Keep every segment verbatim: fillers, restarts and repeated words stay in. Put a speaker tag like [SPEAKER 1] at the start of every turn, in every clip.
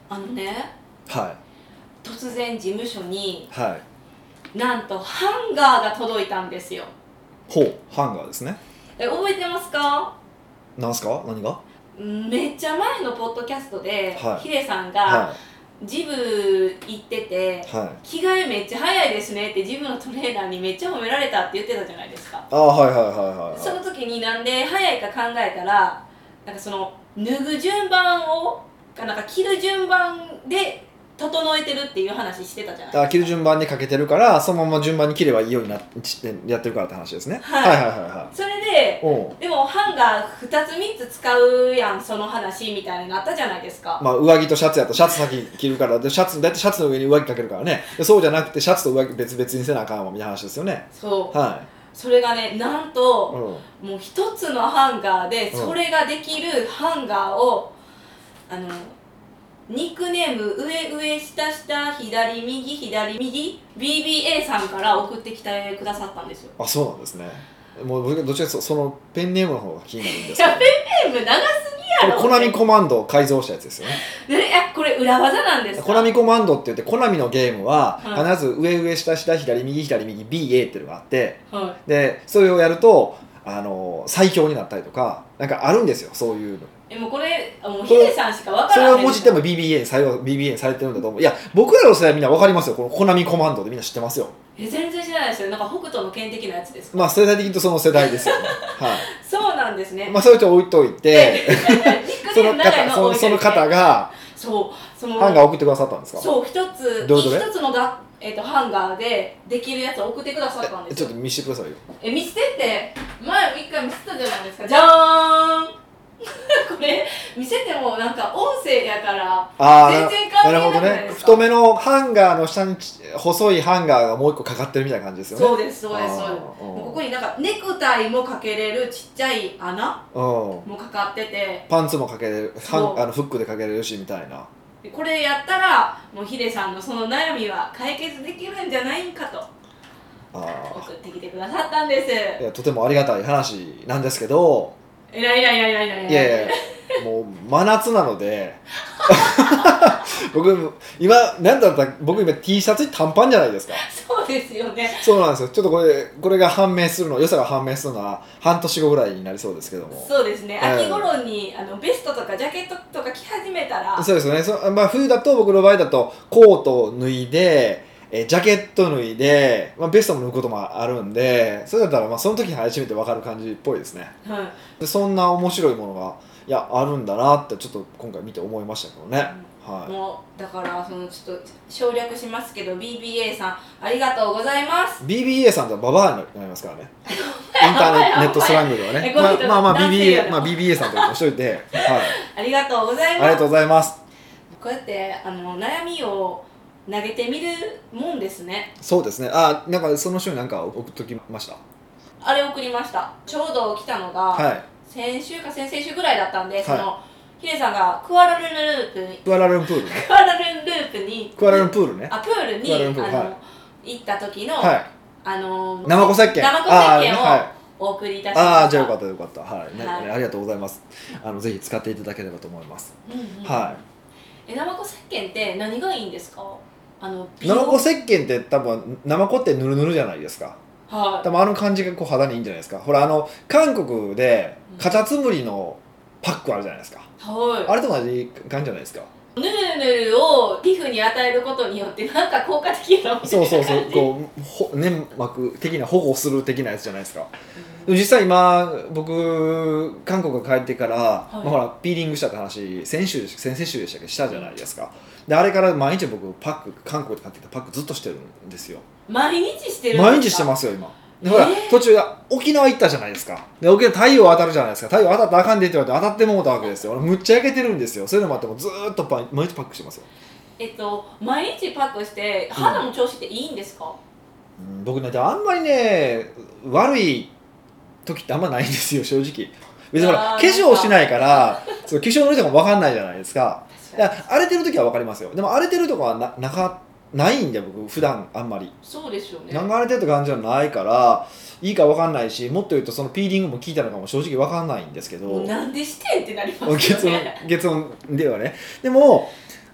[SPEAKER 1] あのね、
[SPEAKER 2] は
[SPEAKER 1] 突然事務所に
[SPEAKER 2] いはい
[SPEAKER 1] なんとハンガーが届いたんですよ。
[SPEAKER 2] ほうハンガーですね。
[SPEAKER 1] え、覚えてますか？
[SPEAKER 2] なんすか何が。
[SPEAKER 1] めっちゃ前のポッドキャストで、
[SPEAKER 2] はい
[SPEAKER 1] ヒデさんが
[SPEAKER 2] は
[SPEAKER 1] ジム行ってて、
[SPEAKER 2] いはい
[SPEAKER 1] 着替えめっちゃ早いですねってジムのトレーナーにめっちゃ褒められたって言ってたじゃないですか。
[SPEAKER 2] ああはいはいはいはい、
[SPEAKER 1] その時になんで早いか考えたら、なんかその脱ぐ順番をなんか着る順番で整えてるっていう話してたじゃないですか。
[SPEAKER 2] あ着る順番にかけてるからそのまま順番に着ればいいようになってやってるからって話ですね、
[SPEAKER 1] はい、
[SPEAKER 2] はいはいはいはい
[SPEAKER 1] それで
[SPEAKER 2] お
[SPEAKER 1] でもハンガーふたつみっつ使うやんその話みたいになったじゃないですか。
[SPEAKER 2] まあ上着とシャツやとシャツ先着るからでシャツだってシャツの上に上着かけるからね。でそうじゃなくてシャツと上着別々にせなあかんわみたいな話ですよね。
[SPEAKER 1] そう、
[SPEAKER 2] は
[SPEAKER 1] それがねなん
[SPEAKER 2] い、
[SPEAKER 1] と、
[SPEAKER 2] うん、
[SPEAKER 1] もう一つのハンガーでそれができるハンガーを、あのニックネーム上上下下左右左右 ビービーエー さんから送ってきてくださったんですよ。
[SPEAKER 2] あそうなんですね。もう僕どっちかというとそのペンネームの方が気になるんです
[SPEAKER 1] いやペンネーム長すぎやろ。
[SPEAKER 2] これコナミコマンドを改造したやつですよね。
[SPEAKER 1] ね、いやこれ裏技なんですか？
[SPEAKER 2] コナミコマンドって言ってコナミのゲームは
[SPEAKER 1] はい
[SPEAKER 2] 必ず上上下下左右左右 ビーエー っていうのがあって、
[SPEAKER 1] は
[SPEAKER 2] でそれをやるとあの最強になったりとかなんかあるんですよそういうの。
[SPEAKER 1] い。えもうこれもうヒデさんしかわからない。
[SPEAKER 2] それをもじっても ビービーエー に採用 ビービーエー にされてるんだと思う。いや僕らの世代みんな分かりますよ。このコナミコマンドでみんな知ってますよ。
[SPEAKER 1] え全然知らないですよ。なんか北斗の拳的なやつですか？
[SPEAKER 2] まあ世代的に言うとその世代ですよね。はい。
[SPEAKER 1] そうなんですね。
[SPEAKER 2] まあそれと置いといてその方そのその方が
[SPEAKER 1] そうその
[SPEAKER 2] ハンガー送ってくださったんですか？
[SPEAKER 1] そう一つ
[SPEAKER 2] どういうことね
[SPEAKER 1] 一つのが、えー、とハンガーでできるやつを送ってくださったんですよ。
[SPEAKER 2] ちょっと見せてくださいよ。
[SPEAKER 1] え見せてって前も一回見せたじゃないですか。じゃーんこれ見せてもなんか音声やから
[SPEAKER 2] あ
[SPEAKER 1] 全然関係なくない
[SPEAKER 2] ね、
[SPEAKER 1] ですか？
[SPEAKER 2] 太めのハンガーの下に細いハンガーがもう一個かかってるみたいな感じですよね。
[SPEAKER 1] そうですそうですそうです。もうここになんかネクタイもかけれるちっちゃい穴もかかってて、
[SPEAKER 2] パンツもかけれるハンあのフックでかけれるしみたいな。
[SPEAKER 1] これやったらもうヒデさんのその悩みは解決できるんじゃないかと
[SPEAKER 2] あ
[SPEAKER 1] 送ってきてくださったんです。
[SPEAKER 2] いやとてもありがたい話なんですけど、
[SPEAKER 1] えらいらいらいらいらいらい
[SPEAKER 2] いやいやもう真夏なので僕今なんだったら僕今 T シャツに短パンじゃないですか。
[SPEAKER 1] そうですよね。
[SPEAKER 2] そうなんですよ。ちょっとこれこれが判明するの良さが判明するのは半年後ぐらいになりそうですけども。
[SPEAKER 1] そうですね、
[SPEAKER 2] えー
[SPEAKER 1] 秋頃にあのベストとかジャケットとか着始めたら
[SPEAKER 2] そうですよね。そ、まあ、冬だと僕の場合だとコートを脱いで、えージャケット脱いで、まあ、ベストも脱ぐこともあるんで、それだったらまあその時に初めて分かる感じっぽいですね。
[SPEAKER 1] はい
[SPEAKER 2] でそんな面白いものがいやあるんだなってちょっと今回見て思いましたけどね、はい、
[SPEAKER 1] もうだからそのちょっと省略しますけど ビービーエー さんありがとうございます。
[SPEAKER 2] ビービーエー さんとはババアになりますからねインターネネットスラングではねまあまあまあ ビービーエー、まあ、ビービーエー さんとしといて、はい、
[SPEAKER 1] ありがとうございます。
[SPEAKER 2] ありがとうございます。
[SPEAKER 1] こうやってあの悩みを投げてみるもんですね。
[SPEAKER 2] そうですね。あなんかその人に何か送っときました。
[SPEAKER 1] あれ送りました。ちょうど来たのが、
[SPEAKER 2] はい
[SPEAKER 1] 先週か先々週ぐらいだったんで、
[SPEAKER 2] はい
[SPEAKER 1] そのヒデさんがクアラルンループに
[SPEAKER 2] クアラルンプールね
[SPEAKER 1] クアラルンループに
[SPEAKER 2] クアラルンプールね
[SPEAKER 1] あプールに
[SPEAKER 2] クアラルンプール
[SPEAKER 1] あの、
[SPEAKER 2] はい
[SPEAKER 1] 行った時の、
[SPEAKER 2] はい
[SPEAKER 1] あの
[SPEAKER 2] 生子石鹸
[SPEAKER 1] 生子石
[SPEAKER 2] あーね
[SPEAKER 1] 鹸
[SPEAKER 2] はい
[SPEAKER 1] をお送りいたしました。
[SPEAKER 2] ああじゃあよかったよかった、はいね
[SPEAKER 1] はい
[SPEAKER 2] ありがとうございます。あのぜひ使っていただければと思います、
[SPEAKER 1] うんうん、
[SPEAKER 2] は
[SPEAKER 1] え生子石鹸って何がいいんですか？あの
[SPEAKER 2] い。
[SPEAKER 1] 美容
[SPEAKER 2] 生子石鹸って多分生子ってぬるぬるじゃないですか。
[SPEAKER 1] は
[SPEAKER 2] 多分あの感じがこう肌にいいんじゃないですか。ほらあの韓国でカタツムリのパックあるじゃないですか、
[SPEAKER 1] い、はい、
[SPEAKER 2] あれと同じ感じじゃないですか。
[SPEAKER 1] ぬるぬるを皮膚に与えることによってなんか効果的な
[SPEAKER 2] そうそうそうこうほ粘膜的な保護する的なやつじゃないですか。でも実際今僕韓国帰ってから、
[SPEAKER 1] い
[SPEAKER 2] まあ、ほらピーリングしたって話先週先々週でしたっけしたじゃないですか。であれから毎日僕パック韓国で買ってきたパックずっとしてるんですよ。
[SPEAKER 1] 毎日してるんですか？
[SPEAKER 2] 毎日してますよ今。でほら、
[SPEAKER 1] えー
[SPEAKER 2] 途中沖縄行ったじゃないですか。で沖縄太陽当たるじゃないですか。太陽当たったらあかんでって言われて当たってもうたわけですよ。俺むっちゃ焼けてるんですよ。そういうのもあってもずーっとパ毎日パックしてますよ。
[SPEAKER 1] えっと毎日パックして肌の調子っていいんですか？
[SPEAKER 2] うん、僕ねあんまりね悪い時ってあんまないんですよ正直。別にほら
[SPEAKER 1] あー
[SPEAKER 2] 化粧しないからそう化粧のりとかも分かんないじゃないですか。い
[SPEAKER 1] 確かに
[SPEAKER 2] や荒れてる時は分かりますよ。でも荒れてるとかはななかないんで僕普段あんまり
[SPEAKER 1] そうですよね。
[SPEAKER 2] 流れてるって感じじゃないからいいか分かんないし、もっと言うとそのピーリングも効いたのかも正直分かんないんですけど
[SPEAKER 1] もうなんでしてんってなりますよ
[SPEAKER 2] 結論
[SPEAKER 1] ね。
[SPEAKER 2] 結論ではね。でも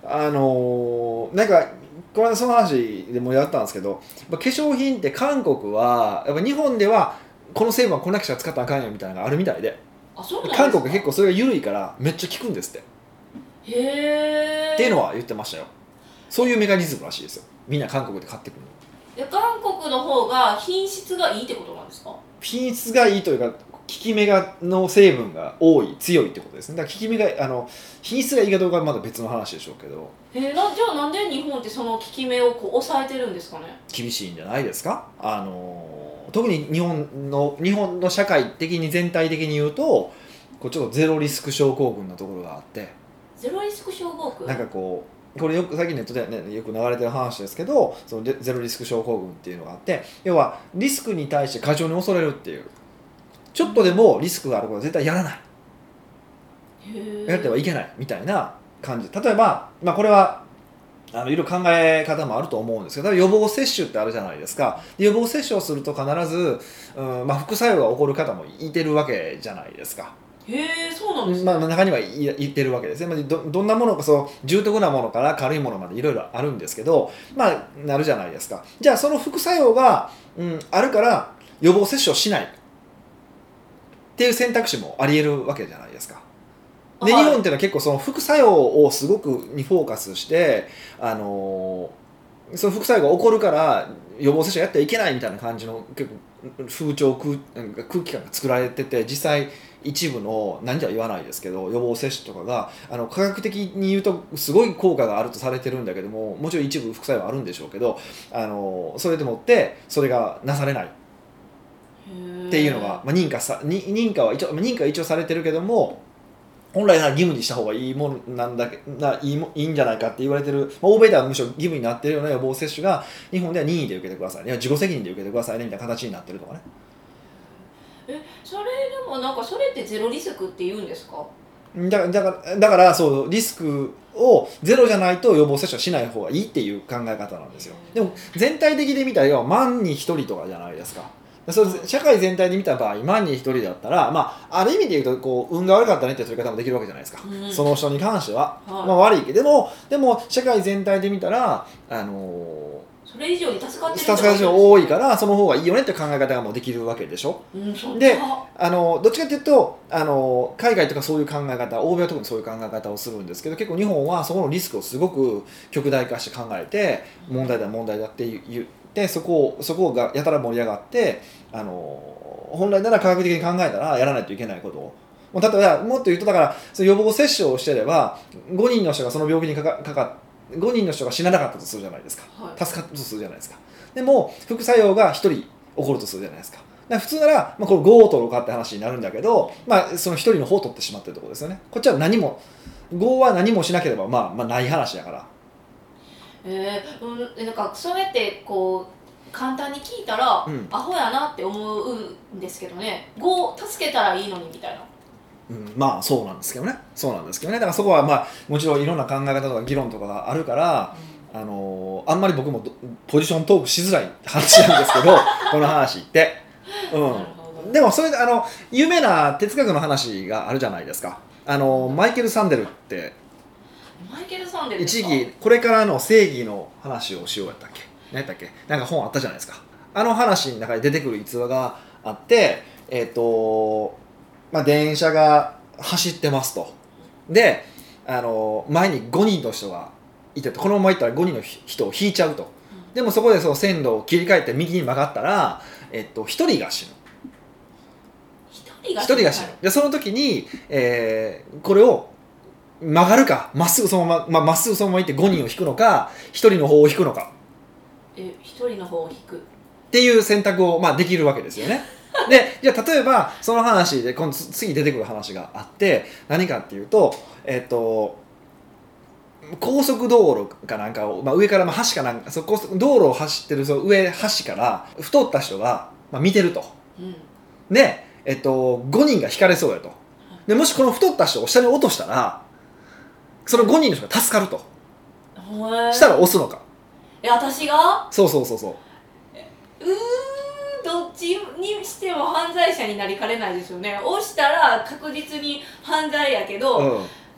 [SPEAKER 2] あのーなんかこの間その話でもやったんですけど、化粧品って韓国はやっぱ日本ではこの成分はこんだけしか使ったらあかんよみたいなのがあるみたいで、
[SPEAKER 1] あ、そうなんですか。
[SPEAKER 2] 韓国結構それが緩いからめっちゃ効くんですって、
[SPEAKER 1] へえ。
[SPEAKER 2] っていうのは言ってましたよ。そういうメカニズムらしいですよ、みんな韓国で買ってくるの。
[SPEAKER 1] で韓国の方が品質がいいってことなんですか。
[SPEAKER 2] 品質がいいというか効き目がの成分が多い強いってことですね。だから効き目があの品質がいいかどうかはまだ別の話でしょうけど、
[SPEAKER 1] えー、なじゃあなんで日本ってその効き目をこう抑えてるんですかね。
[SPEAKER 2] 厳しいんじゃないですか。あの特に日本の日本の社会的に全体的に言うとこうちょっとゼロリスク症候群のところがあって、
[SPEAKER 1] ゼロリスク症候群。
[SPEAKER 2] なんかこうこれよく最近ネットで、ね、よく流れてる話ですけど、そのゼロリスク症候群っていうのがあって、要はリスクに対して過剰に恐れるっていう、ちょっとでもリスクがあることは絶対やらない、
[SPEAKER 1] へ
[SPEAKER 2] やってはいけないみたいな感じ。例えば、まあ、これはあのいろいろ考え方もあると思うんですけど、予防接種ってあるじゃないですか。予防接種をすると必ず、うんまあ、副作用が起こる方もいてるわけじゃないですか。
[SPEAKER 1] へえ、そうなんですね。
[SPEAKER 2] まあ、中にはい言ってるわけですね。ど, どんなものか、そう重篤なものから軽いものまでいろいろあるんですけど、まあなるじゃないですか。じゃあその副作用が、うん、あるから予防接種をしないっていう選択肢もありえるわけじゃないですか。で、
[SPEAKER 1] はい、
[SPEAKER 2] 日本っていうのは結構その副作用をすごくにフォーカスして、あのー、その副作用が起こるから予防接種やってはいけないみたいな感じの結構風潮 空, 空気感が作られてて、実際一部の何とは言わないですけど予防接種とかがあの科学的に言うとすごい効果があるとされてるんだけども、もちろん一部副作用はあるんでしょうけど、あのそれでもってそれがなされないっていうのが、まあ、認可さ認可は一応認可は一応されてるけども、本来なら義務にした方がいいものなんだけないいもいいんじゃないかって言われてる、まあ、欧米ではむしろ義務になってるような予防接種が日本では任意で受けてくださいね、自己責任で受けてくださいねみたいな形になってるとかね。
[SPEAKER 1] え、それでもなんかそれってゼロリスクって言うんですか。
[SPEAKER 2] だからだからだからそうリスクをゼロじゃないと予防接種はしない方がいいっていう考え方なんですよ。でも全体的で見たら要は万に一人とかじゃないですか。それ社会全体で見た場合万に一人だったら、まあ、ある意味で言うとこう運が悪かったねって取り方もできるわけじゃないですか、
[SPEAKER 1] うん、
[SPEAKER 2] その人に関しては、
[SPEAKER 1] はい、
[SPEAKER 2] まあ、悪いけどでもでも社会全体で見たら、あのー、
[SPEAKER 1] それ以上に助かってる
[SPEAKER 2] 助かる人が多いからその方がいいよねって考え方がもうできるわけでしょ、
[SPEAKER 1] うん、そ
[SPEAKER 2] であのどっちかっていうとあの海外とかそういう考え方、欧米は特にそういう考え方をするんですけど、結構日本はそこのリスクをすごく極大化して考えて問題だ問題だって言ってそこをそこがやたら盛り上がって、あの本来なら科学的に考えたらやらないといけないことを、もう例えばもっと言うとだからその予防接種をしてればごにんの人がその病気にかかかかごにんの人が死ななかったとするじゃないですか、
[SPEAKER 1] はい、
[SPEAKER 2] 助かったとするじゃないですか。でも副作用がひとり起こるとするじゃないですか。だから普通なら、まあ、これごを取ろうかって話になるんだけど、まあ、そのひとりの方を取ってしまってるところですよね。こっちは何もごは何もしなければ、まあ、まあない話だから。
[SPEAKER 1] えー、うん、なんかそれってこう簡単に聞いたら、うん、アホやなって思うんですけどね、ごを助けたらいいのにみたいな、
[SPEAKER 2] うん、まあそうなんですけどねそうなんですけどねだからそこはまあもちろんいろんな考え方とか議論とかがあるから、うん、あのー、あんまり僕もポジショントークしづらい話なんですけどこの話って、うん、でもそれであの有名な哲学の話があるじゃないですか。あのマイケル・サンデルって
[SPEAKER 1] マイケル・サンデル
[SPEAKER 2] 一時期これからの正義の話をしようやったっけ何やったっけなんか本あったじゃないですか。あの話の中で出てくる逸話があって、えっとまあ、電車が走ってますと。であの前にごにんの人がいてこのまま行ったらごにんの人を引いちゃうと。でもそこでその線路を切り替えて右に曲がったら、えっと、ひとりが死ぬ。
[SPEAKER 1] ひ
[SPEAKER 2] とりが死ぬ。でその時に、えー、これを曲がるかまっすぐそのまま、まっすぐそのまま行ってごにんを引くのかひとりの方を引くのか
[SPEAKER 1] えひとりの方を引く
[SPEAKER 2] っていう選択を、まあ、できるわけですよね。でじゃあ例えばその話で今度次出てくる話があって何かっていうと、えっと高速道路かなんかを、まあ、上からまあ橋かなんかそこ道路を走ってるその上橋から太った人が、まあ、見てると、うん、で、えっと、ごにんが引かれそうやと。でもしこの太った人を下に落としたらそのごにんの人が助かるとしたら押すのか。
[SPEAKER 1] え私が
[SPEAKER 2] そうそうそうそう
[SPEAKER 1] うーんどっちにしても犯罪者になりかねないですよね。押したら確実に犯罪やけど、うん、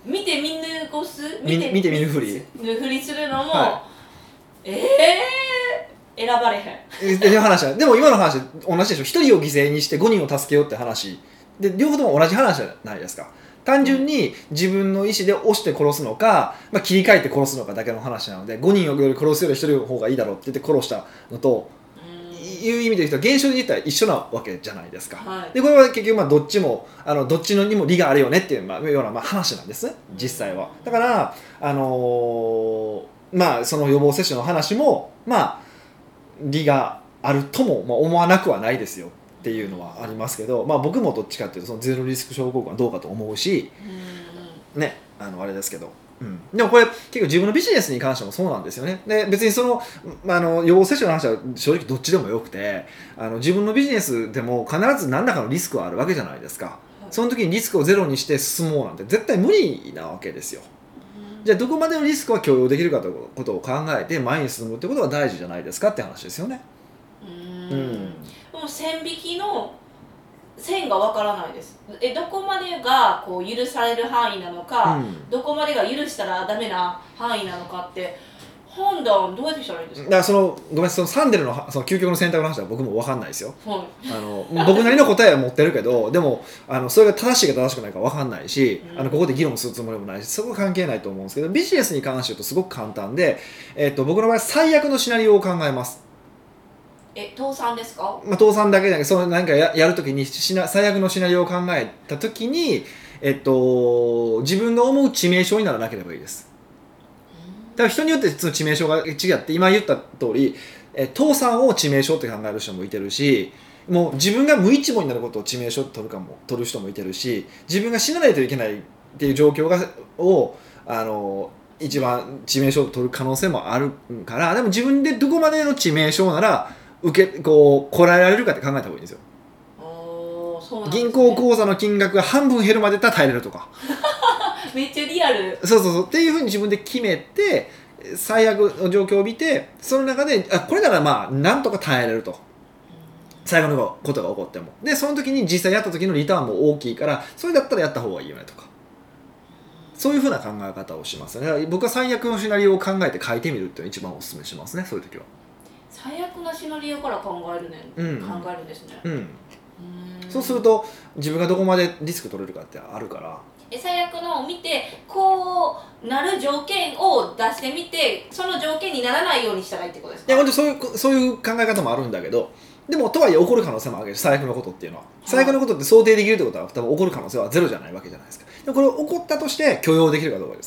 [SPEAKER 1] 見て見ぬこす
[SPEAKER 2] 見見て見ぬふり
[SPEAKER 1] ぬふりするのも、
[SPEAKER 2] は
[SPEAKER 1] ええー、選ばれへん
[SPEAKER 2] っていう話はでも今の話同じでしょ。ひとりを犠牲にしてごにんを助けようって話で両方とも同じ話じゃないですか。単純に自分の意思で押して殺すのか、まあ、切り替えて殺すのかだけの話なのでごにんをより殺すよりひとりの方がいいだろうって言って殺したのという意味で言うと現象で言ったら一緒なわけじゃないですか、
[SPEAKER 1] はい、
[SPEAKER 2] でこれは結局まあどっちもあのどっちのにも利があるよねっていう、まあ、ようなまあ話なんです実際は。だからあのー、まあその予防接種の話もまあ利があるともまあ思わなくはないですよっていうのはありますけど、まあ、僕もどっちかっていうとそのゼロリスク症候群はどうかと思うし、
[SPEAKER 1] うん
[SPEAKER 2] ね、あのあれですけど、うん、でもこれ結構自分のビジネスに関してもそうなんですよね。で別にその、まあ、あの予防接種の話は正直どっちでもよくてあの自分のビジネスでも必ず何らかのリスクはあるわけじゃないですか、はい、その時にリスクをゼロにして進もうなんて絶対無理なわけですよ。じゃあどこまでのリスクは許容できるかということを考えて前に進むってことが大事じゃないですかって話ですよね。
[SPEAKER 1] うん、うん、でも線引きの線がわからないです。えどこまでがこう許される範囲なのか、うん、どこまでが許したらダメな範囲なのかって判断どうやってしたらいいんですか。
[SPEAKER 2] だからそのごめんそのサンデルのその究極の選択の話は僕も分かんないですよ、
[SPEAKER 1] はい、
[SPEAKER 2] あの僕なりの答えは持ってるけどでもあのそれが正しいか正しくないか分かんないし、うん、あのここで議論するつもりもないしそこは関係ないと思うんですけどビジネスに関して言うとすごく簡単で、えー、と僕の場合最悪のシナリオを考えます。
[SPEAKER 1] え倒産ですか。
[SPEAKER 2] まあ、倒産だけじゃなくてその何か や, やるときにシナ最悪のシナリオを考えたときに、えっと、自分が思う致命傷にならなければいいです。だから人によってその致命傷が違って今言った通りえ倒産を致命傷って考える人もいてるしもう自分が無一文になることを致命傷って取るかも取る人もいてるし自分が死なないといけないっていう状況がをあの一番致命傷と取る可能性もあるからでも自分でどこまでの致命傷なら受けこうこらえられるかって考えた方がいいんですよ。
[SPEAKER 1] おそうなんですね、
[SPEAKER 2] 銀行口座の金額が半分減るまでだったら耐えれるとか
[SPEAKER 1] めっちゃリアル。
[SPEAKER 2] そうそうそうっていうふうに自分で決めて最悪の状況を見てその中であこれならまあなんとか耐えれると最後のことが起こってもでその時に実際やった時のリターンも大きいからそれだったらやった方がいいよねとかそういうふうな考え方をしますね。だから僕は最悪のシナリオを考えて書いてみるっていうのを一番お勧めしますねそういう時は。
[SPEAKER 1] 最悪なシナリオから考えるね、うん、考えるんですね、
[SPEAKER 2] うん、うんそうすると自分がどこまでリスク取れるかってあるから
[SPEAKER 1] え最悪のを見てこうなる条件を出してみてその条件にならないようにしたらいいってことですか。
[SPEAKER 2] いや本当そういうそういう考え方もあるんだけどでもとはいえ起こる可能性もあるけど最悪のことっていうのは最悪のことって想定できるってことは多分起こる可能性はゼロじゃないわけじゃないですか。でもこれ起こったとして許容できるかどうかです。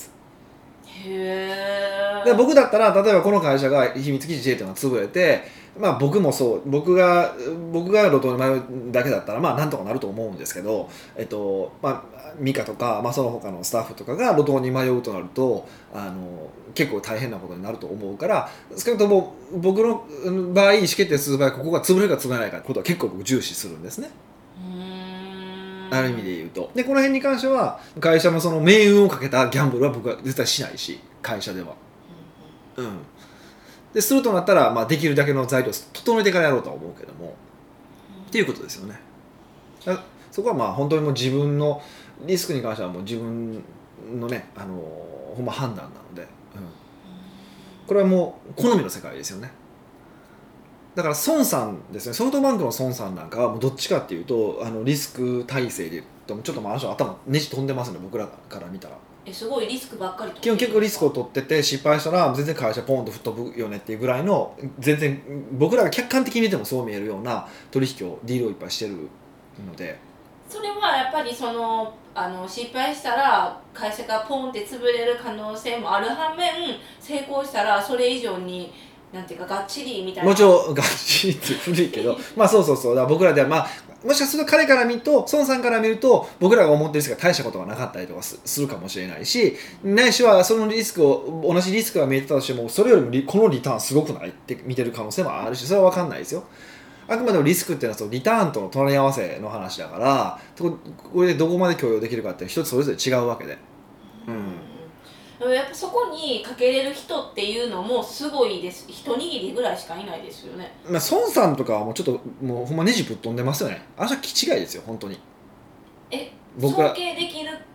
[SPEAKER 1] へ
[SPEAKER 2] で僕だったら例えばこの会社が秘密基地 J というのが潰れて、まあ、僕もそう僕が僕が路頭に迷うだけだったらまあなんとかなると思うんですけど、えっとまあ、ミカとか、まあ、その他のスタッフとかが路頭に迷うとなるとあの結構大変なことになると思うから少なくとも僕の場合意思決定する場合ここが潰れるか潰れないかってことは結構僕重視するんですね。ある意味で言うとでこの辺に関しては会社のその命運をかけたギャンブルは僕は絶対しないし会社では、うん、でするとなったら、まあ、できるだけの材料を整えてからやろうとは思うけども、うん、っていうことですよね。そこはまあ本当にもう自分のリスクに関してはもう自分のねあのほんま判断なので、うん、これはもう好みの世界ですよね。だから孫さんですねソフトバンクの孫さんなんかはもうどっちかっていうとあのリスク体制で言うとちょっとまああの人頭ネジ飛んでますね僕らから見たら。
[SPEAKER 1] えすごいリスクばっかり
[SPEAKER 2] 基本結構リスクを取ってて失敗したら全然会社ポンと吹っ飛ぶよねっていうぐらいの全然僕らが客観的に見てもそう見えるような取引をディールをいっぱいしてるので
[SPEAKER 1] それはやっぱりそのあの失敗したら会社がポンって潰れる可能性もある反面成功したらそれ以上になんていうかがっちりみたいな
[SPEAKER 2] もちろんがっちりって古いけどまあそうそうそうだから僕らではまあもしかすると彼から見ると孫さんから見ると僕らが思ってるリスクが大したことがなかったりとか す, するかもしれないしないしはそのリスクを同じリスクが見えてたとしてもそれよりもリこのリターンすごくないって見てる可能性もあるしそれは分かんないですよ。あくまでもリスクっていうのはそのリターンとの隣り合わせの話だからこれでどこまで許容できるかって一つそれぞれ違うわけで、うん、
[SPEAKER 1] やっぱそこにかけれる人っていうのもすごいです一握りぐらいしかいないですよね。
[SPEAKER 2] まあ孫さんとかはもうちょっともうほんまネジぶっ飛んでますよね。あの人は気違いですよ本当に。
[SPEAKER 1] え尊敬できる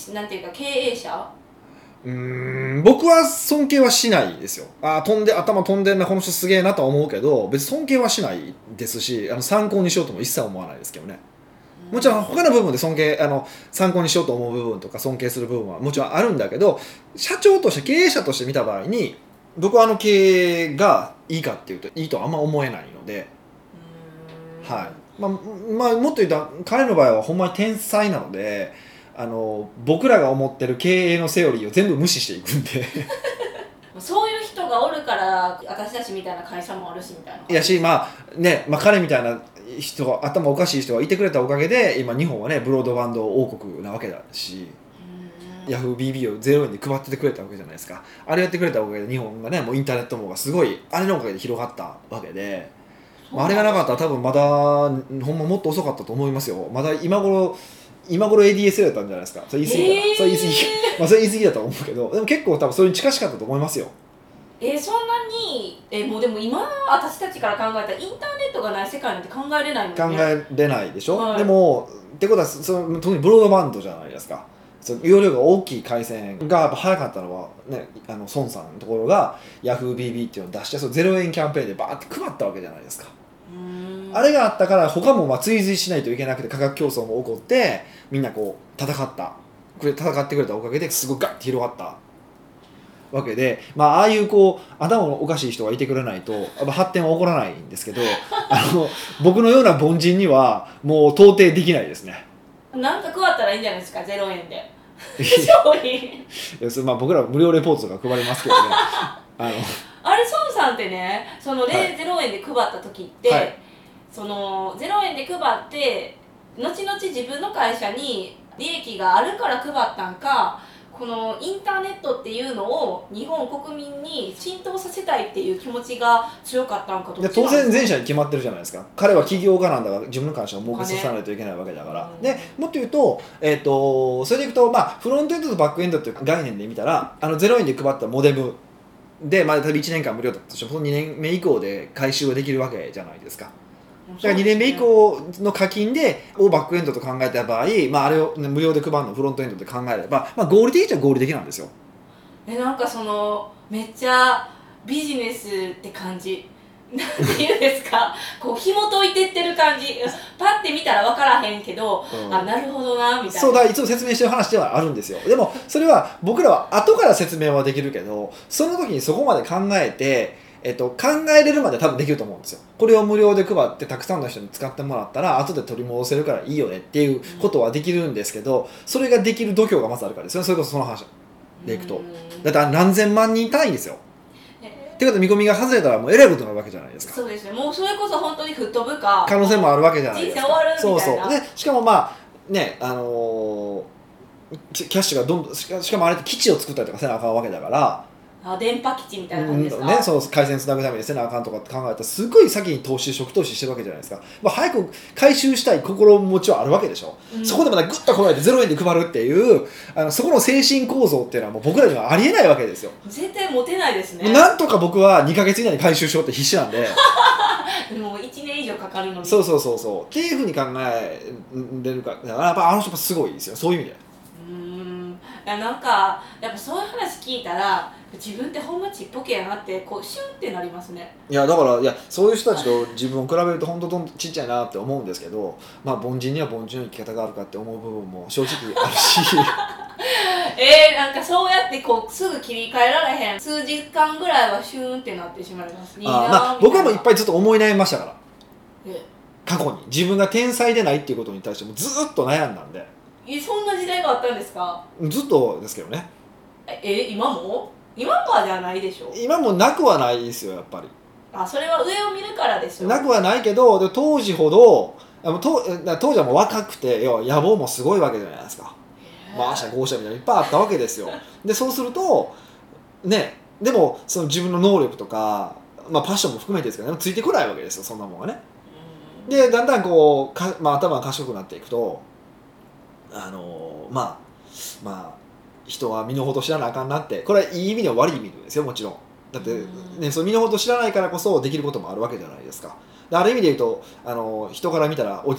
[SPEAKER 1] なんていうか経営者。
[SPEAKER 2] うーん僕は尊敬はしないですよ。あー飛んで頭飛んでんなこの人すげえなとは思うけど、別に尊敬はしないですし、あの参考にしようとも一切思わないですけどね。もちろん他の部分で尊敬あの参考にしようと思う部分とか尊敬する部分はもちろんあるんだけど、社長として経営者として見た場合に僕はあの経営がいいかっていうといいとはあんま思えないので、はいまあまあ、もっと言うと彼の場合はほんまに天才なので、あの僕らが思ってる経営のセオリーを全部無視していくんで
[SPEAKER 1] そういう人がおるから私たちみたいな会社もあるしみたいな。
[SPEAKER 2] いやし、まあねまあ、彼みたいな人頭おかしい人がいてくれたおかげで今日本はねブロードバンド王国なわけだし、ヤフー ビービー をゼロえんで配っててくれたわけじゃないですか。あれやってくれたおかげで日本がねもうインターネット網がすごいあれのおかげで広がったわけで、まあ、あれがなかったら多分まだほんまもっと遅かったと思いますよ。まだ今頃今頃 エーディーエスエル だったんじゃないですか。それ言い過ぎた、えー、それ言い過ぎまあそれ言い過ぎだと思うけど、でも結構多分それに近しかったと思いますよ。
[SPEAKER 1] えー、そんなに、えー、もうでも今私たちから考えたらインターネットがない世界なんて考えれないもんね。
[SPEAKER 2] 考えれないでしょ、はい、でもってことはその特にブロードバンドじゃないですか。その容量が大きい回線がやっぱ早かったのは、ね、あの孫さんのところが ヤフー ビービー っていうのを出してそのゼロえんキャンペーンでバーって配ったわけじゃないですか。うーんあれがあったから他もまあ追随しないといけなくて価格競争も起こってみんなこう戦ったこれ戦ってくれたおかげですごいガッて広がったわけで、まあ、ああいうこう頭のおかしい人がいてくれないとやっぱ発展は起こらないんですけどあの僕のような凡人にはもう到底できないですね。
[SPEAKER 1] なんか配ったらいいんじゃないですかゼロえんで商品
[SPEAKER 2] いやそれまあ僕ら無料レポートとか配りますけどねあの
[SPEAKER 1] あれ孫さんってねその、はい、ゼロえんで配った時って、はい、そのゼロえんで配って後々自分の会社に利益があるから配ったんか、このインターネットっていうのを日本国民に浸透させたいっていう気持ちが強かったんかと。
[SPEAKER 2] 当然前者に決まってるじゃないですか。彼は起業家なんだから自分の会社を儲けさせないといけないわけだから、でもっと言うと、えー、とそれでいくと、まあ、フロントエンドとバックエンドっていう概念で見たらあのゼロえんで配ったモデムで、まあ、例えばいちねんかん無料だったとしてもそのにねんめ以降で回収ができるわけじゃないですか。だからにねんめ以降の課金でをバックエンドと考えた場合、まあ、あれを無料で配るのをフロントエンドで考えれば、まあ、合理的っちゃ合理的なんですよ。
[SPEAKER 1] えなんかそのめっちゃビジネスって感じなんていうんですかこう紐解いてってる感じパッて見たら分からへんけど、うん、あなるほどなみたいな。
[SPEAKER 2] そうだいつも説明してる話ではあるんですよ。でもそれは僕らは後から説明はできるけどその時にそこまで考えてえっと、考えれるまで多分できると思うんですよ。これを無料で配ってたくさんの人に使ってもらったら後で取り戻せるからいいよねっていうことはできるんですけど、それができる度胸がまずあるからですよね。それこそその話でいくとだって何千万人単位ですよ。っていうこと見込みが外れたらもうえらいことになるわけじゃないですか。
[SPEAKER 1] そうですね。もうそれこそ本当に吹っ飛ぶか
[SPEAKER 2] 可能性もあるわけじゃないですか。
[SPEAKER 1] 人生終わるみたいな。
[SPEAKER 2] そうそうでしかもまあねあのー、キャッシュがどんどんしか、しかもあれって基地を作ったりとかせなあかんわけだから
[SPEAKER 1] あ電波基地みたいな感じですか、
[SPEAKER 2] うんね、そう回線つなぐためにせなあかんとかって考えたらすごい先に投資初期投資してるわけじゃないですか、まあ、早く回収したい心持ちはあるわけでしょ、うん、そこでまたグッとこらえてゼロえんで配るっていうあのそこの精神構造っていうのはもう僕らにはありえないわけですよ。
[SPEAKER 1] 絶対持てないですね。
[SPEAKER 2] なんとか僕はにかげつ以内に回収しようって必死なんで
[SPEAKER 1] もういちねん以上かかるのに
[SPEAKER 2] そうそうそうそうっていうふうに考えれるからやっぱあの人はすごいですよそういう意味で。
[SPEAKER 1] うーんいやなんかやっぱそういう話聞いたら自分ってほんまちっぽけやなってこうシュンってなりますね。
[SPEAKER 2] いやだからいやそういう人たちと自分を比べると本当とちっちゃいなって思うんですけど、まあ凡人には凡人の生き方があるかって思う部分も正直あるし
[SPEAKER 1] えー、なんかそうやってこうすぐ切り替えられへん数時間ぐらいはシュンってなってしまいます。いいな
[SPEAKER 2] あ、まあ、僕はもういっぱいずっと思い悩みましたから
[SPEAKER 1] え
[SPEAKER 2] 過去に自分が天才でないっていうことに対してもずっと悩んだんで。
[SPEAKER 1] えそんな時代があったんですか。
[SPEAKER 2] ずっとですけどね。
[SPEAKER 1] え今も今はじゃないでしょ。
[SPEAKER 2] 今もなくはないですよやっぱり。
[SPEAKER 1] あそれは上を見るからですよ。
[SPEAKER 2] なくはないけどで当時ほどあの当当時はもう若くて要は野望もすごいわけじゃないですか。まああしたこうしたみたいないっぱいあったわけですよ。でそうするとねでもその自分の能力とか、まあ、パッションも含めてですけどねついてこないわけですよそんなもんがね。でだんだんこうか、まあ、頭が賢くなっていくとあのー、まあまあ人は身の程知らなあかんなってこれはいい意味では悪い意味ですよもちろん。だって、ね、その身の程知らないからこそできることもあるわけじゃないですか。である意味で言うとあの人から見たら落ち着い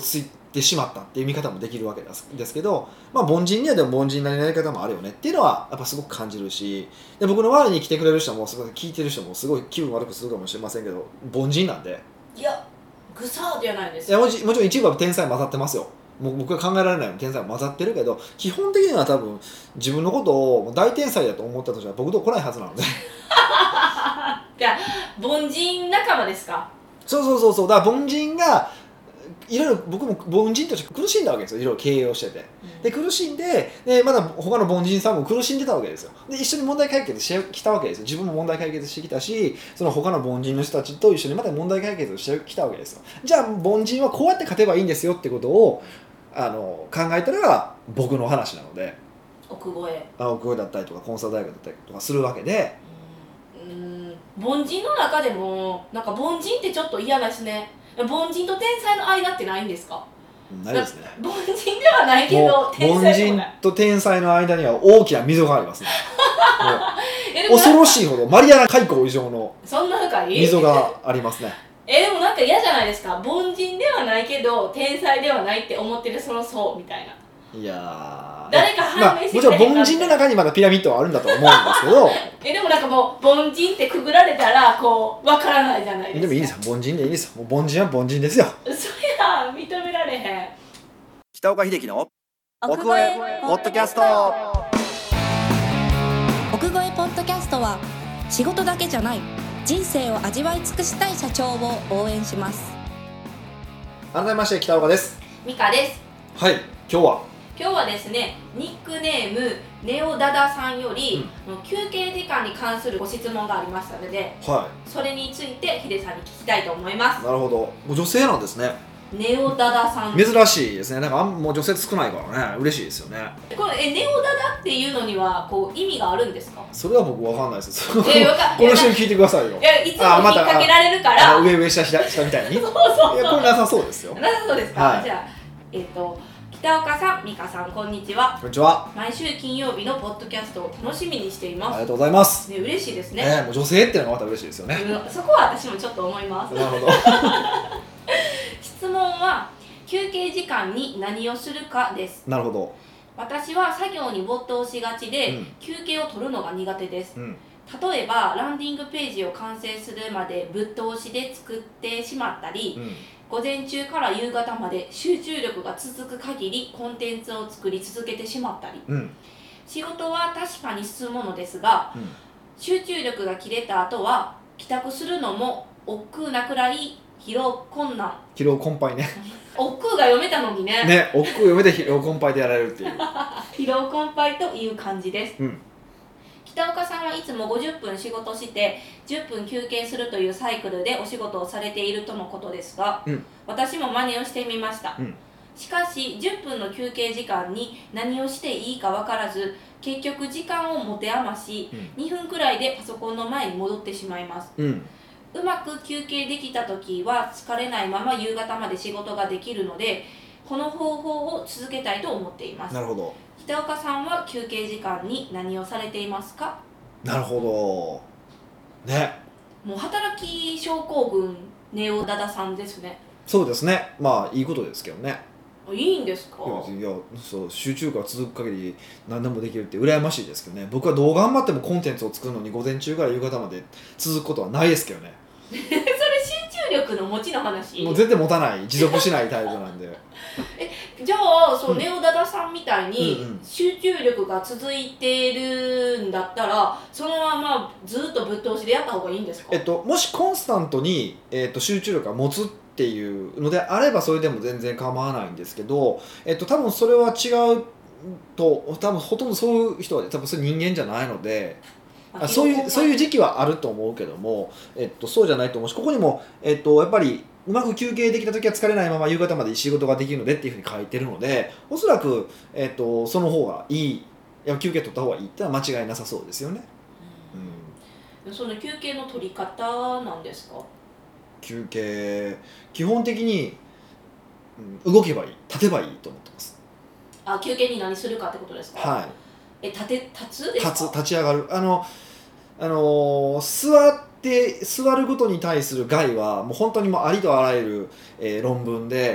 [SPEAKER 2] てしまったっていう見方もできるわけですですけど、まあ、凡人にはでも凡人なりのやり方もあるよねっていうのはやっぱすごく感じるし、で僕の周りに来てくれる人もすごい聞いてる人もすごい気分悪くするかもしれませんけど凡人なんで、
[SPEAKER 1] いやグサーじゃないです
[SPEAKER 2] いやもちもちろん一部は天才混ざってますよ。もう僕が考えられないように天才は混ざってるけど、基本的には多分自分のことを大天才だと思ったとしたら僕と来ないはずなので
[SPEAKER 1] じゃあ凡人仲間ですか。
[SPEAKER 2] そうそうそうそう、だから凡人がいろいろ僕も凡人として苦しんだわけですよ、いろいろ経営をしてて、うん、で苦しんででまだ他の凡人さんも苦しんでたわけですよ。で一緒に問題解決してきたわけですよ。自分も問題解決してきたし、その他の凡人の人たちと一緒にまた問題解決してきたわけですよ。じゃあ凡人はこうやって勝てばいいんですよってことをあの考えたら僕の話なので、
[SPEAKER 1] 奥越え
[SPEAKER 2] あ奥越えだったりとかコンサル大学だったりとかするわけで、
[SPEAKER 1] うん、凡人の中でもなんか凡人ってちょっと嫌ですね。凡人と天才の間ってないんですか。
[SPEAKER 2] ないですね。
[SPEAKER 1] 凡人ではないけど
[SPEAKER 2] 天才でもない。凡人と天才の間には大きな溝がありますね恐ろしいほどマリアナ海溝以上の
[SPEAKER 1] そんな深い
[SPEAKER 2] 溝がありますね
[SPEAKER 1] えでもなんか嫌じゃないですか。凡人ではないけど天才ではないって思ってるその層みたいな。
[SPEAKER 2] いや
[SPEAKER 1] 誰か判明してくれへんか、
[SPEAKER 2] まあ、もちろん凡人の中にまだピラミッドはあるんだと思うんですけど
[SPEAKER 1] えでもなんかもう凡人ってくぐられたらこう分からないじゃないですか。
[SPEAKER 2] でもいいですよ、凡人でいいですよ。もう凡人は凡人ですよ。
[SPEAKER 1] そや認められへん。
[SPEAKER 2] 北岡秀樹の
[SPEAKER 3] 奥越え
[SPEAKER 2] ポッドキャスト。
[SPEAKER 3] 奥越えポッドキャストは仕事だけじゃない人生を味わい尽くしたい社長を応援します。
[SPEAKER 2] 改めまして北岡です。
[SPEAKER 1] ミカです。
[SPEAKER 2] はい、今日は
[SPEAKER 1] 今日はですね、ニックネームネオダダさんより、うん、休憩時間に関するご質問がありましたので、はい、それについてヒデさんに聞きたいと思います。
[SPEAKER 2] なるほど、女性なんですね。
[SPEAKER 1] ネオダダさん
[SPEAKER 2] 珍しいですね。なんかあんもう女性少ないからね、嬉しいですよね。
[SPEAKER 1] これえネオダダっていうのにはこう意味があるんですか。
[SPEAKER 2] それは僕わかんないです。え
[SPEAKER 1] ー、
[SPEAKER 2] この人に聞いてくださいよ。
[SPEAKER 1] いやいつも引っ掛けられるから、
[SPEAKER 2] ま、上上下下下みたいにそうそうそう、いやこれなさそうですよ。
[SPEAKER 1] なさそうですか、はい、じゃあえっ、ー、と北岡さん、美香さん、こんにちは。
[SPEAKER 2] こんにちは。
[SPEAKER 1] 毎週金曜日のポッドキャストを楽しみにしています。
[SPEAKER 2] ありがとうございます。
[SPEAKER 1] ね、嬉しいですね。
[SPEAKER 2] ね、もう女性っていうのがまた嬉しいですよね。
[SPEAKER 1] そこは私もちょっと思います。
[SPEAKER 2] なるほど。
[SPEAKER 1] 質問は休憩時間に何をするかです。
[SPEAKER 2] なるほど。
[SPEAKER 1] 私は作業に没頭しがちで、うん、休憩を取るのが苦手です。うん、例えばランディングページを完成するまでぶっ通しで作ってしまったり。うん、午前中から夕方まで集中力が続く限りコンテンツを作り続けてしまったり、うん、仕事は確かに進むのですが、うん、集中力が切れた後は帰宅するのも億劫なくらい疲労困難
[SPEAKER 2] 疲労困憊ね
[SPEAKER 1] 億劫が読めたのにね
[SPEAKER 2] ね、億劫読めて疲労困憊でやられるっていう
[SPEAKER 1] 疲労困憊という感じです、うん、北岡さんはいつもごじゅっぷん仕事してじゅっぷん休憩するというサイクルでお仕事をされているとのことですが、うん、私も真似をしてみました、うん、しかしじゅっぷんの休憩時間に何をしていいか分からず結局時間を持て余し、うん、にふんくらいでパソコンの前に戻ってしまいます、うん、うまく休憩できた時は疲れないまま夕方まで仕事ができるのでこの方法を続けたいと思っています。
[SPEAKER 2] なるほど。
[SPEAKER 1] 北岡さんは休憩時間に何をされていますか。
[SPEAKER 2] なるほどね。
[SPEAKER 1] もう働き症候群ネオダダさんですね。
[SPEAKER 2] そうですね。まあいいことですけどね。
[SPEAKER 1] いいんですか。
[SPEAKER 2] いやそう集中が続く限り何でもできるって羨ましいですけどね。僕はどう頑張ってもコンテンツを作るのに午前中から夕方まで続くことはないですけどね
[SPEAKER 1] それ集中力の持ちの話。
[SPEAKER 2] もう全然持たない、持続しないタイプなんで
[SPEAKER 1] えじゃあそう、うん、ネオダダさんみたいに集中力が続いてるんだったらそのままずっとぶっ通しでやった方がいいんですか。
[SPEAKER 2] えっと、もしコンスタントに、えっと、集中力が持つっていうのであればそれでも全然構わないんですけど、えっと、多分それは違うと多分ほとんどそういう人は多分それ人間じゃないのであそういうそういう時期はあると思うけども、えっと、そうじゃないと思うしここにも、えっと、やっぱりうまく休憩できた時は疲れないまま夕方まで仕事ができるのでっていうふうに書いてるのでおそらく、えっと、その方がいいいや休憩取った方がいいってのは間違いなさそうですよね、
[SPEAKER 1] うん、その休憩の取り方なんですか。
[SPEAKER 2] 休憩基本的に、うん、動けばいい立てばいいと思ってます。
[SPEAKER 1] あ休憩に何するかってことですか。はいえ立て立つですか。
[SPEAKER 2] 立つ立ち上がるあのあのー、座って座ることに対する害はもう本当にもうありとあらゆる、えー、論文で、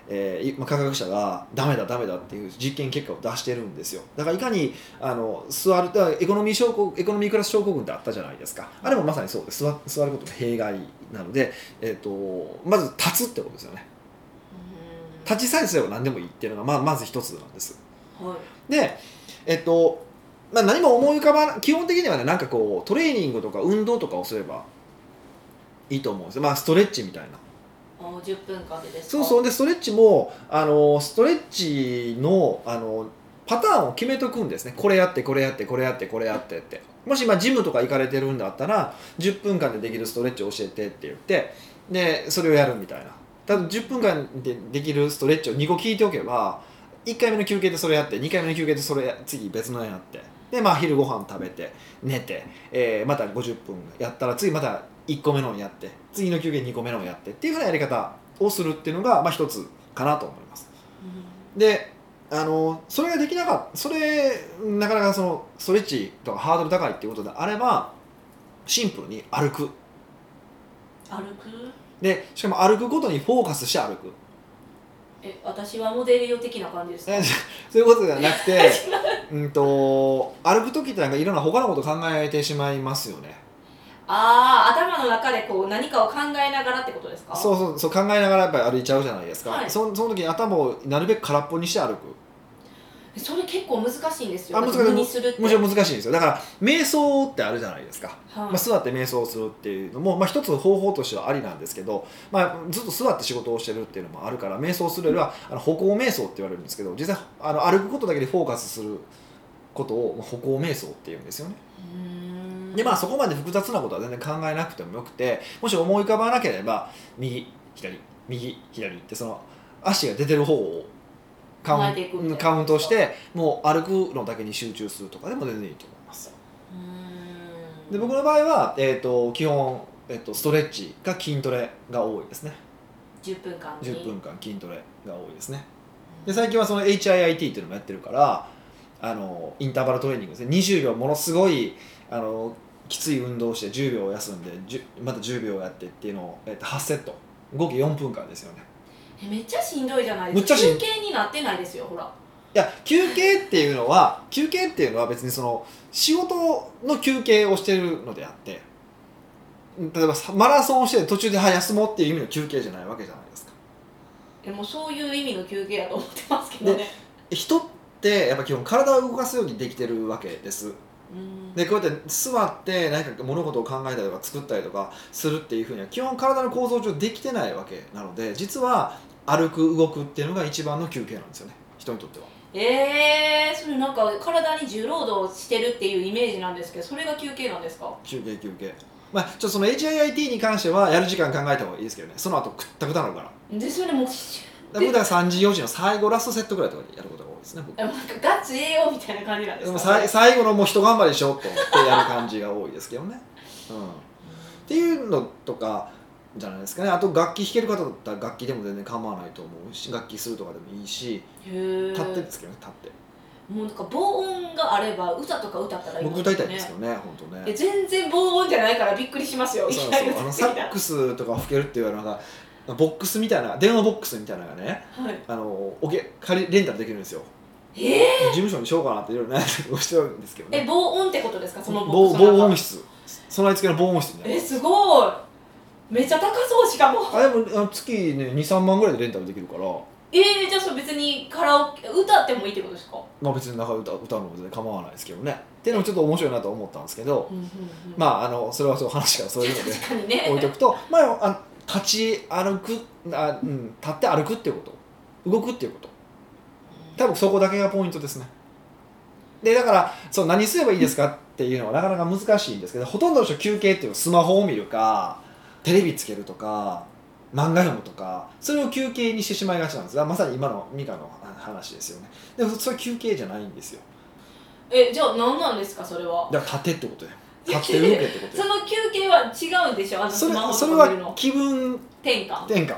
[SPEAKER 2] えーまあ、科学者がダメだダメだっていう実験結果を出してるんですよ。だからいかにあの座る、だからエコノミー症候エコノミークラス症候群ってあったじゃないですか。あれもまさにそうです。座座ることが弊害なので、えー、とまず立つってことですよね。立ちさえすれば何でもいいっていうのがまあまず一つなんです。
[SPEAKER 1] はい、
[SPEAKER 2] で、えっとまあ、何も思い浮かばない、基本的にはね、なんかこうトレーニングとか運動とかをすればいいと思うんですよ。まあストレッチみたいな。
[SPEAKER 1] あじゅっぷんかんでですか。
[SPEAKER 2] そうそう。でストレッチもあのストレッチのあのパターンを決めとくんですね。これやってこれやってこれやってこれやってって。もし今ジムとか行かれてるんだったらじゅっぷんかんでできるストレッチを教えてって言ってでそれをやるみたいな。ただじゅっぷんかんでできるストレッチをにこ聞いておけばいっかいめの休憩でそれやってにかいめの休憩でそれや次別のやってで、まあ、昼ご飯食べて寝て、えー、またごじゅっぷんやったら次またいっこめのをやって次の休憩にこめのをやってっていうふうなやり方をするっていうのが、まあ、一つかなと思います。うん、であのそれができなかったそれなかなかそのストレッチとかハードル高いっていうことであればシンプルに歩く
[SPEAKER 1] 歩く
[SPEAKER 2] でしかも歩くことにフォーカスして歩く。
[SPEAKER 1] え私はモデル的な感じですか。
[SPEAKER 2] そういうことではなくてうんと歩く時ってなんかいろんな他のこと考えてしまいますよね。
[SPEAKER 1] ああ頭の中でこう何かを考えながらってことですか。
[SPEAKER 2] そうそうそう考えながらやっぱり歩いちゃうじゃないですか、
[SPEAKER 1] はい、
[SPEAKER 2] そ, その時に頭をなるべく空っぽにして歩く。
[SPEAKER 1] それ結構難しいんですよ。
[SPEAKER 2] あ難しい
[SPEAKER 1] 無にするって
[SPEAKER 2] もちろん難しいんですよ。だから瞑想ってあるじゃないですか、
[SPEAKER 1] はい、
[SPEAKER 2] まあ、座って瞑想するっていうのも、まあ、一つ方法としてはありなんですけど、まあ、ずっと座って仕事をしてるっていうのもあるから瞑想するよりはあの歩行瞑想って言われるんですけど実際あの歩くことだけでフォーカスすることを歩行瞑想っていうんですよね。
[SPEAKER 1] うーん
[SPEAKER 2] でまあそこまで複雑なことは全然考えなくてもよくてもし思い浮かばなければ右左右左ってその足が出てる方をカウン、カウントしてもう歩くのだけに集中するとかでも全然いいと思います。
[SPEAKER 1] うーん
[SPEAKER 2] で僕の場合は、えー、と基本、えー、とストレッチか筋トレが多いですね。
[SPEAKER 1] じゅっぷんかん
[SPEAKER 2] じゅっぷんかん筋トレが多いですね。で最近はその エイチアイアイティー っていうのもやってるからあのインターバルトレーニングですね。にじゅうびょうものすごいあのきつい運動をしてじゅうびょう休んでまたじゅうびょうやってっていうのを、えー、とはちセット合計よんぷんかんですよね。
[SPEAKER 1] えめっちゃしんどいじゃないですか。休憩になってないですよほら。
[SPEAKER 2] いや休憩っていうのは休憩っていうのは別にその仕事の休憩をしてるのであって例えばマラソンをして途中で休もうっていう意味の休憩じゃないわけじゃないですか。
[SPEAKER 1] えもうそういう意味の休憩だと思ってますけどね。
[SPEAKER 2] 人ってやっぱ基本体を動かすようにできてるわけです。
[SPEAKER 1] うん
[SPEAKER 2] でこうやって座って何か物事を考えたりとか作ったりとかするっていうふうには基本体の構造上できてないわけなので実は歩く動くっていうのが一番の休憩なんですよね人にとっては。
[SPEAKER 1] えー、それなんか体に重労働してるっていうイメージなんですけどそれが休憩なんですか。
[SPEAKER 2] 休憩休憩まあちょっとその エイチアイアイティー に関してはやる時間考えた方がいいですけどねその後くったくたなるから
[SPEAKER 1] でそれでもう
[SPEAKER 2] 僕だからさんじよじの最後ラストセットぐらいとかにやることが多いですね僕。
[SPEAKER 1] なんかガチ栄養みたいな感じなんで
[SPEAKER 2] ですも
[SPEAKER 1] か。
[SPEAKER 2] さ最後のもう一頑張りしようと思ってやる感じが多いですけどね、うん、っていうのとかじゃないですかね。あと楽器弾ける方だったら楽器でも全然構わないと思うし楽器するとかでもいいし
[SPEAKER 1] へ
[SPEAKER 2] 立ってですけどね立って
[SPEAKER 1] もうなんか防音があれば歌とか歌ったらいい
[SPEAKER 2] 僕歌いたいんですけどね本当ね。
[SPEAKER 1] え全然防音じゃないからびっくりしますよ。
[SPEAKER 2] そうそうあのサックスとか吹けるっていうのがボックスみたいな電話ボックスみたいなのがね、
[SPEAKER 1] はい、
[SPEAKER 2] あのおけ借りレンタルできるんですよ。
[SPEAKER 1] えー、
[SPEAKER 2] 事務所にしようかなっていろいろ悩んだりもしてるんですけどね。
[SPEAKER 1] え防音ってことですかその
[SPEAKER 2] 防
[SPEAKER 1] ボックスの中
[SPEAKER 2] 防音室備え付けの防音室みたいな。
[SPEAKER 1] えすごいめっちゃ高そうしかも。
[SPEAKER 2] あでもあの月ねにさんまんぐらいでレンタルできるから
[SPEAKER 1] えー、じゃあそれ別にカラオケ歌ってもいいってことですか。
[SPEAKER 2] まあ別に中歌歌うのも全然構わないですけどねっていうのもちょっと面白いなと思ったんですけど、
[SPEAKER 1] うんうんうん、
[SPEAKER 2] まああのそれはそう話からそういうので
[SPEAKER 1] 確かにね
[SPEAKER 2] 置いとくとまああ立ち歩くあ、うん、立って歩くっていうこと動くっていうこと多分そこだけがポイントですね。でだからそう何すればいいですかっていうのはなかなか難しいんですけどほとんどの人休憩っていうのはスマホを見るかテレビつけるとか漫画読むとかそれを休憩にしてしまいがちなんですがまさに今のミカの話ですよね。でもそれは休憩じゃないんですよ。
[SPEAKER 1] えじゃあ何なんですかそれは。
[SPEAKER 2] だから立てってことで立って動けってことで
[SPEAKER 1] その休憩は違うんでしょあの
[SPEAKER 2] それ
[SPEAKER 1] スマホ
[SPEAKER 2] それ
[SPEAKER 1] とか見るの
[SPEAKER 2] は気分
[SPEAKER 1] 転換。
[SPEAKER 2] 転換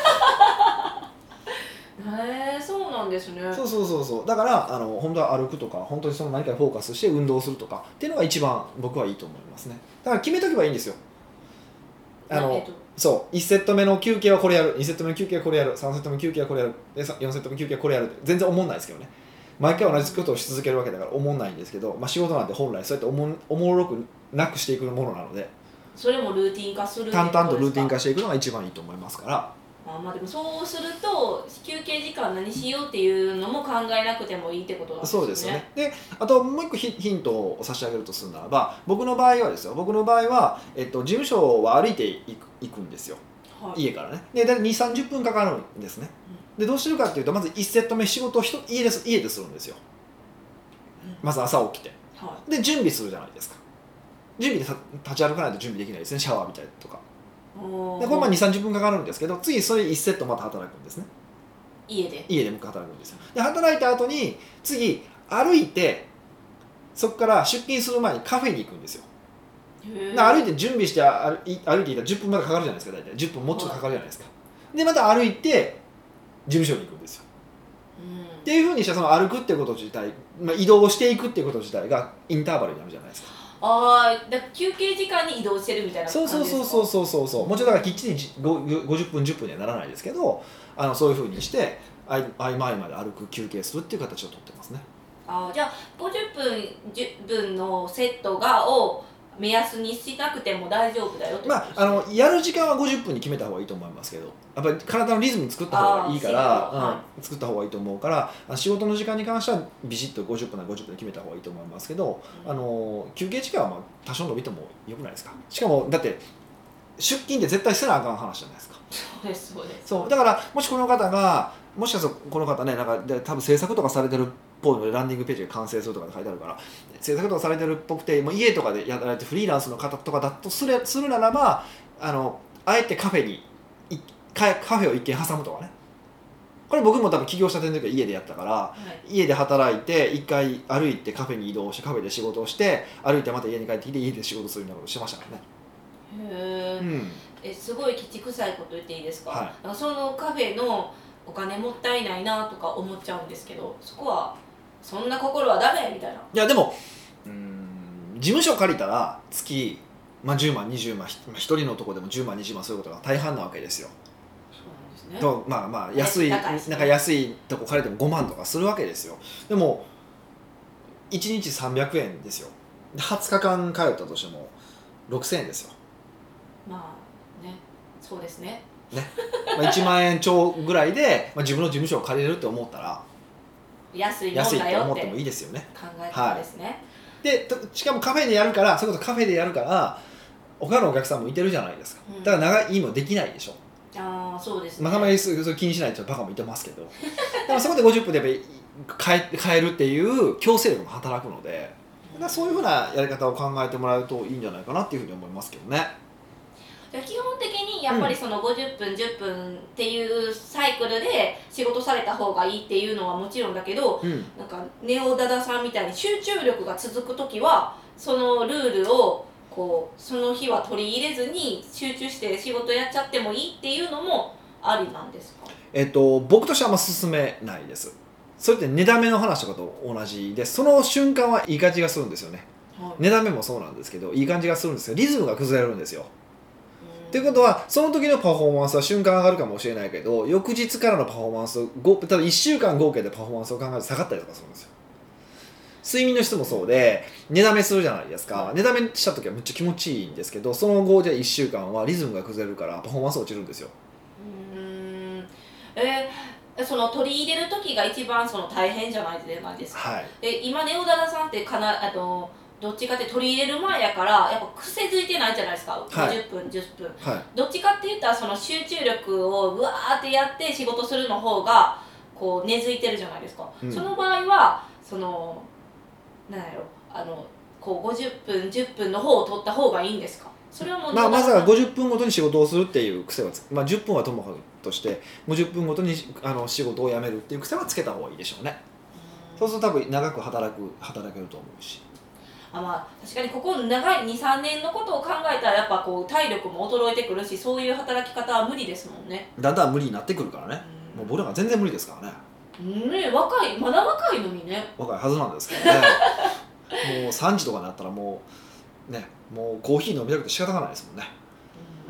[SPEAKER 1] へえそうなんですね。
[SPEAKER 2] そうそうそうそうだからあの本当は歩くとか本当にその何かにフォーカスして運動するとかっていうのが一番僕はいいと思いますね。だから決めとけばいいんですよ。 あの、
[SPEAKER 1] えっと
[SPEAKER 2] そういちセット目の休憩はこれやる、にセット目の休憩はこれやる、さんセット目の休憩はこれやるでよんセット目の休憩はこれやるって全然思んないですけどね。毎回同じことをし続けるわけだから思んないんですけど、まあ、仕事なんて本来そうやっておもおもろくなくしていくものなので、
[SPEAKER 1] それもルーティン化するってこと
[SPEAKER 2] 淡
[SPEAKER 1] ですか？
[SPEAKER 2] 々とルーティン化していくのが一番いいと思いますから。
[SPEAKER 1] あまあでもそうすると休憩時間何しようっていうのも考えなくてもいいってことなんですね。
[SPEAKER 2] そうですよね。であともう一個ヒヒントを差し上げるとするならば、僕の場合はですよ僕の場合は、えっと、事務所は歩いていく行くんですよ、
[SPEAKER 1] はい、
[SPEAKER 2] 家からね。で大体にじゅうさんじゅっぷんかかるんですね。でどうしてるかっていうと、まずいちセット目仕事をひと家です家でするんですよ。まず朝起きて、
[SPEAKER 1] は
[SPEAKER 2] で準備するじゃないですか。準備でた立ち歩かないと準備できないですね。シャワー浴びたりとか
[SPEAKER 1] い、おー
[SPEAKER 2] でこれまあにじゅうさんじゅっぷんかかるんですけど、次それいちセットまた働くんですね。
[SPEAKER 1] 家で
[SPEAKER 2] 家でも働くんですよ。で働いた後に次歩いて、そこから出勤する前にカフェに行くんですよ。で歩いて準備して歩い歩いていたらじゅっぷんまでかかるじゃないですか。大体じゅっぷんもうちょっとかかるじゃないですか。でまた歩いて事務所に行くんですよ。
[SPEAKER 1] うん
[SPEAKER 2] っていうふうにしてその歩くっていうこと自体、まあ、移動していくっていうこと自体がインターバルになるじゃないですか。
[SPEAKER 1] ああ、だから休憩時間に移動してるみたいな
[SPEAKER 2] そう
[SPEAKER 1] 感じですか？
[SPEAKER 2] そうそうそうそうそうもちろんだからきっちりごごじゅっぷんじゅっぷんにはならないですけど、あのそういうふうにして合間合間で歩く休憩するっていう形をとってますね。
[SPEAKER 1] あーじゃあごじゅっぷんじゅっぷんのセットがを目安にしなくても大丈夫だよってことですね。
[SPEAKER 2] まあ、あのやる時間はごじゅっぷんに決めた方がいいと思いますけど、やっぱり体のリズム作った方がいいから
[SPEAKER 1] あーそういうことは
[SPEAKER 2] うん、作った方がいいと思うから、あの仕事の時間に関してはビシッとごじゅっぷんならごじゅっぷんで決めた方がいいと思いますけど、
[SPEAKER 1] うん
[SPEAKER 2] あの休憩時間はまあ多少伸びてもよくないですか。しかもだって出勤って絶対せなあかん話じゃないですか。
[SPEAKER 1] そうですそうです。
[SPEAKER 2] そうだからもしこの方がもしかするとこの方ねなんかで多分制作とかされてるっぽいのでランディングページが完成するとかって書いてあるから、制作とかされてるっぽくてもう家とかでやられてフリーランスの方とかだとするするならば、あのあえてカフェにいカカフェを一軒挟むとかね。これ僕も多分起業したての時は家でやったから、
[SPEAKER 1] はい、
[SPEAKER 2] 家で働いて一回歩いてカフェに移動してカフェで仕事をして歩いてまた家に帰ってきて家で仕事するようなことしてましたからね。
[SPEAKER 1] へー
[SPEAKER 2] うん
[SPEAKER 1] えすごいきちくさいこと言っていいですか？
[SPEAKER 2] はい
[SPEAKER 1] なんかそのカフェのお金もったいないなとか思っちゃうんですけど、そこはそんな心はダメみたいな。
[SPEAKER 2] いやでもうーん事務所借りたら月、まあ、じゅうまんにじゅうまんひ一人のとこでもじゅうまんにじゅうまんそういうことが大半なわけですよ。
[SPEAKER 1] そうなんですね。
[SPEAKER 2] とまあまあ安い
[SPEAKER 1] 高いですね
[SPEAKER 2] なんか安いとこ借りてもごまんとかするわけですよ。でもいちにちさんびゃくえんですよ。ではつかかん通ったとしてもろくせんえんですよ。
[SPEAKER 1] まあね、そうですね。
[SPEAKER 2] ねまあ、いちまんえん超ぐらいで、まあ、自分の事務所を借りれるって思ったら
[SPEAKER 1] 安いもん
[SPEAKER 2] 安いっ
[SPEAKER 1] だよって
[SPEAKER 2] て思ってもいいですよね。
[SPEAKER 1] 考え方ですね。
[SPEAKER 2] でとしかもカフェでやるからそういうことカフェでやるから他のお客さんもいてるじゃないですか。
[SPEAKER 1] うん
[SPEAKER 2] だから長いもできないでしょ。
[SPEAKER 1] ああそうですね。
[SPEAKER 2] まあ、たまにそういう気にしないとバカもいてますけどでもそこでごじゅっぷんでやっぱり変え変えるっていう強制力も働くので、だからそういうふうなやり方を考えてもらうといいんじゃないかなっていうふうに思いますけどね。
[SPEAKER 1] じゃあ基本的にやっぱりそのごじゅっぷんじゅっぷんっていうサイクルで仕事された方がいいっていうのはもちろんだけど、
[SPEAKER 2] うん
[SPEAKER 1] なんかネオダダさんみたいに集中力が続く時はそのルールをこうその日は取り入れずに集中して仕事やっちゃってもいいっていうのもありなんですか？
[SPEAKER 2] えっと、僕としてはあんま進めないです。それって寝だめの話とかと同じで、その瞬間はいい感じがするんですよね。
[SPEAKER 1] はい
[SPEAKER 2] 寝だめもそうなんですけどいい感じがするんですけどリズムが崩れるんですよ。
[SPEAKER 1] うん
[SPEAKER 2] っていうことはその時のパフォーマンスは瞬間上がるかもしれないけど翌日からのパフォーマンスをご例えばいっしゅうかん合計でパフォーマンスを考えて下がったりとかするんですよ。睡眠の質もそうで寝だめするじゃないですか。寝だめした時はめっちゃ気持ちいいんですけどその後でいっしゅうかんはリズムが崩れるからパフォーマンス落ちるんですよ。
[SPEAKER 1] うーんえーその取り入れる時が一番その大変じゃないですか。
[SPEAKER 2] はい
[SPEAKER 1] で今ネオダダさんってかなあのどっちかって取り入れる前やからやっぱ癖づいてないじゃないですか、
[SPEAKER 2] はい
[SPEAKER 1] ごじゅっぷんじゅっぷん
[SPEAKER 2] はい
[SPEAKER 1] どっちかって言ったらその集中力をうわーってやって仕事するの方がこう根付いてるじゃないですか、
[SPEAKER 2] うん
[SPEAKER 1] その場合はそのなんやろあのこうごじゅっぷんじゅっぷんの方を取った方がいいんですか？それはもう
[SPEAKER 2] まあ、まずは
[SPEAKER 1] じゅ
[SPEAKER 2] ごじゅっぷんごとに仕事をするっていう癖はつ、まあ、じゅっぷんはともかくとしてごじゅっぷんごとにあの仕事を辞めるっていう癖はつけた方がいいでしょうね。そうすると多分長く働く働けると思うし。
[SPEAKER 1] あ、まあ、確かにここ長いにさんねんのことを考えたらやっぱこう体力も衰えてくるしそういう働き方は無理ですもんね。
[SPEAKER 2] だんだん無理になってくるからね。もう僕らが全然無理ですからね。
[SPEAKER 1] ねえ若いまだ若いのにね。
[SPEAKER 2] 若いはずなんですけどねもうさんじとかになったらもうねもうコーヒー飲みたくて仕方がないですもんね。
[SPEAKER 1] うん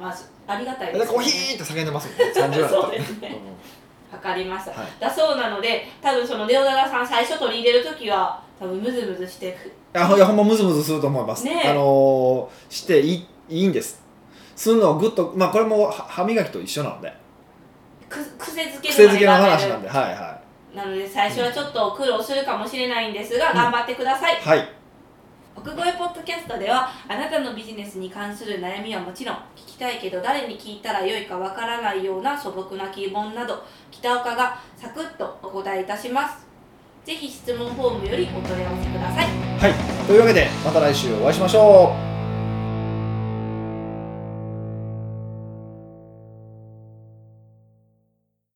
[SPEAKER 1] まあありがたい
[SPEAKER 2] で
[SPEAKER 1] ですよね。
[SPEAKER 2] コーヒーって叫んでますもんねさんじぐらいだったら
[SPEAKER 1] そうですねわかりました、
[SPEAKER 2] はい
[SPEAKER 1] だそうなので多分そのネオダダさん最初取り入れる時は多分ムズムズして
[SPEAKER 2] うん、あほいやほんまムズムズすると思います、
[SPEAKER 1] ねえ
[SPEAKER 2] あのー、していいいいんですするのをグッと、まあこれも歯磨きと一緒なので
[SPEAKER 1] く癖づけ
[SPEAKER 2] 癖づけの
[SPEAKER 1] るまで
[SPEAKER 2] 話なんで、はいは
[SPEAKER 1] なので最初はちょっと苦労するかもしれないんですが、
[SPEAKER 2] うん
[SPEAKER 1] 頑張ってください、
[SPEAKER 2] いはい
[SPEAKER 1] 奥越ポッドキャストではあなたのビジネスに関する悩みはもちろん聞きたいけど誰に聞いたらよいかわからないような素朴な疑問など北岡がサクッとお答えいたします。ぜひ質問フォームよりお問い合わせください。
[SPEAKER 2] はいというわけでまた来週お会いしましょう。